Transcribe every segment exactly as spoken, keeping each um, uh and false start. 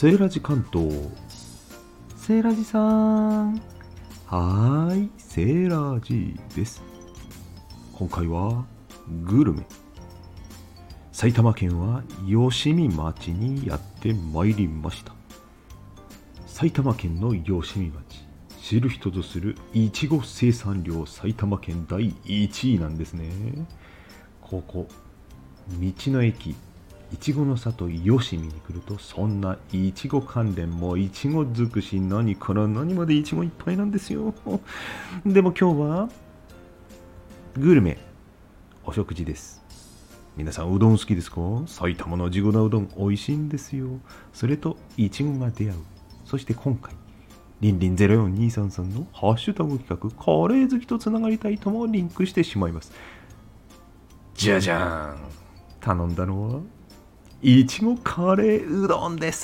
セーラジ関東。セーラジさん。はーい、セーラジです。今回はグルメ。埼玉県は吉見町にやってまいりました。埼玉県の吉見町、知る人ぞ知るいちご生産量埼玉県だいいちいなんですね。ここ道の駅いちごの里吉見に来ると、そんないちご関連もいちご尽くし、何から何までいちごいっぱいなんですよ。でも今日はグルメ、お食事です。皆さんうどん好きですか？埼玉の地粉うどん美味しいんですよ。それといちごが出会う。そして今回リンリンゼロよんにーさんさんのハッシュタグ企画、カレー好きとつながりたいともリンクしてしまいます。じゃじゃーん。頼んだのはいちごカレーうどんです。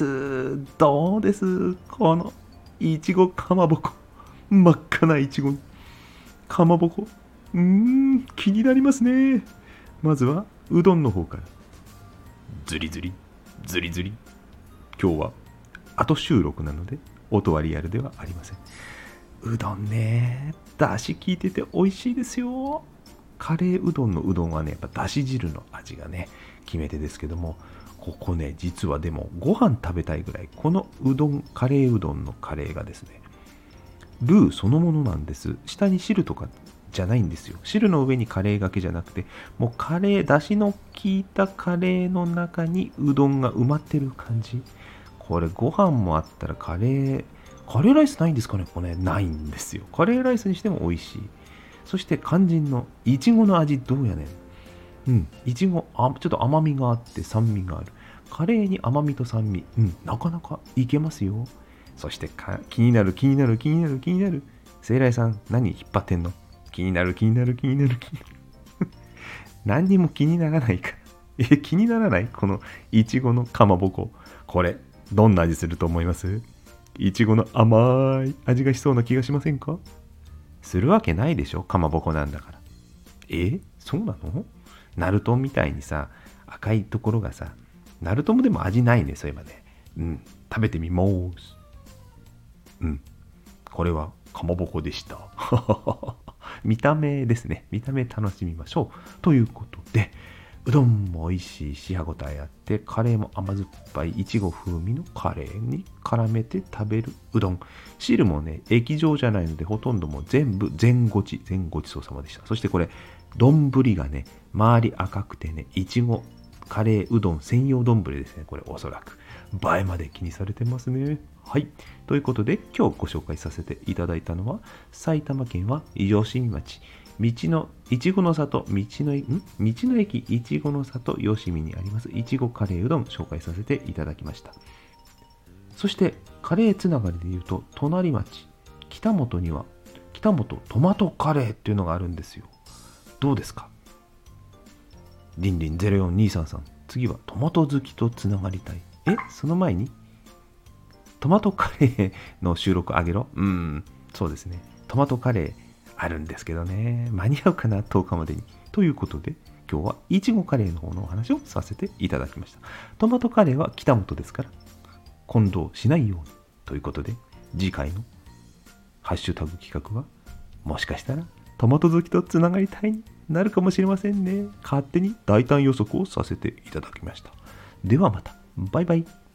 どうです、このいちごかまぼこ。真っ赤ないちごかまぼこ。うーん、気になりますね。まずはうどんの方から。ズリズリズリズリ。今日は後収録なので音はリアルではありません。うどんね、だし効いてて美味しいですよ。カレーうどんのうどんはね、やっぱだし汁の味がね決め手ですけども、ここね、実はでもご飯食べたいぐらい、このうどん、カレーうどんのカレーがですね、ルーそのものなんです。下に汁とかじゃないんですよ。汁の上にカレーがけじゃなくて、もうカレー、だしの効いたカレーの中にうどんが埋まってる感じ。これご飯もあったらカレー、カレーライスないんですかね？これないんですよ。カレーライスにしても美味しい。そして肝心のいちごの味どうやねん。うん、いちご、あ、ちょっと甘みがあって酸味がある。カレーに甘みと酸味、うん、なかなかいけますよ。そしてか気になる気になる気になる気になる。セイライさん、何引っ張ってんの？気になる気になる気になる気になる。何にも気にならないから。え、気にならない？このいちごのかまぼこ。これ、どんな味すると思います？いちごの甘い味がしそうな気がしませんか？するわけないでしょ、かまぼこなんだから。え、そうなの？ナルトみたいにさ、赤いところがさ、ナルトもでも味ないね、そういえばね。うん、食べてみます。うん、これはかまぼこでした。見た目ですね。見た目楽しみましょう。ということで、うどんも美味しいし、歯ごたえあって、カレーも甘酸っぱいいちご風味のカレーに絡めて食べるうどん。汁もね、液状じゃないので、ほとんどもう全部全ごち、全ごちそうさまでした。そしてこれ、丼がね、周り赤くてね、いちごカレーうどん専用丼ですね。これおそらく。映えまで気にされてますね。はい。ということで、今日ご紹介させていただいたのは、埼玉県は吉見町。道のいちごの里、道のん道の駅いちごの里吉見にありますいちごカレーうどん紹介させていただきました。そしてカレーつながりで言うと、隣町北本には北本トマトカレーっていうのがあるんですよ。どうですか？リンリンゼロよんにーさんさん、次はトマト好きとつながりたい。え、その前にトマトカレーの収録あげろ。うーん、そうですね。トマトカレーあるんですけどね、間に合うかな、とおかまでに。ということで、今日はいちごカレーの方のお話をさせていただきました。トマトカレーは北本ですから、混同しないように。ということで、次回のハッシュタグ企画は、もしかしたらトマト好きとつながりたいになるかもしれませんね。勝手に大胆予測をさせていただきました。ではまた。バイバイ。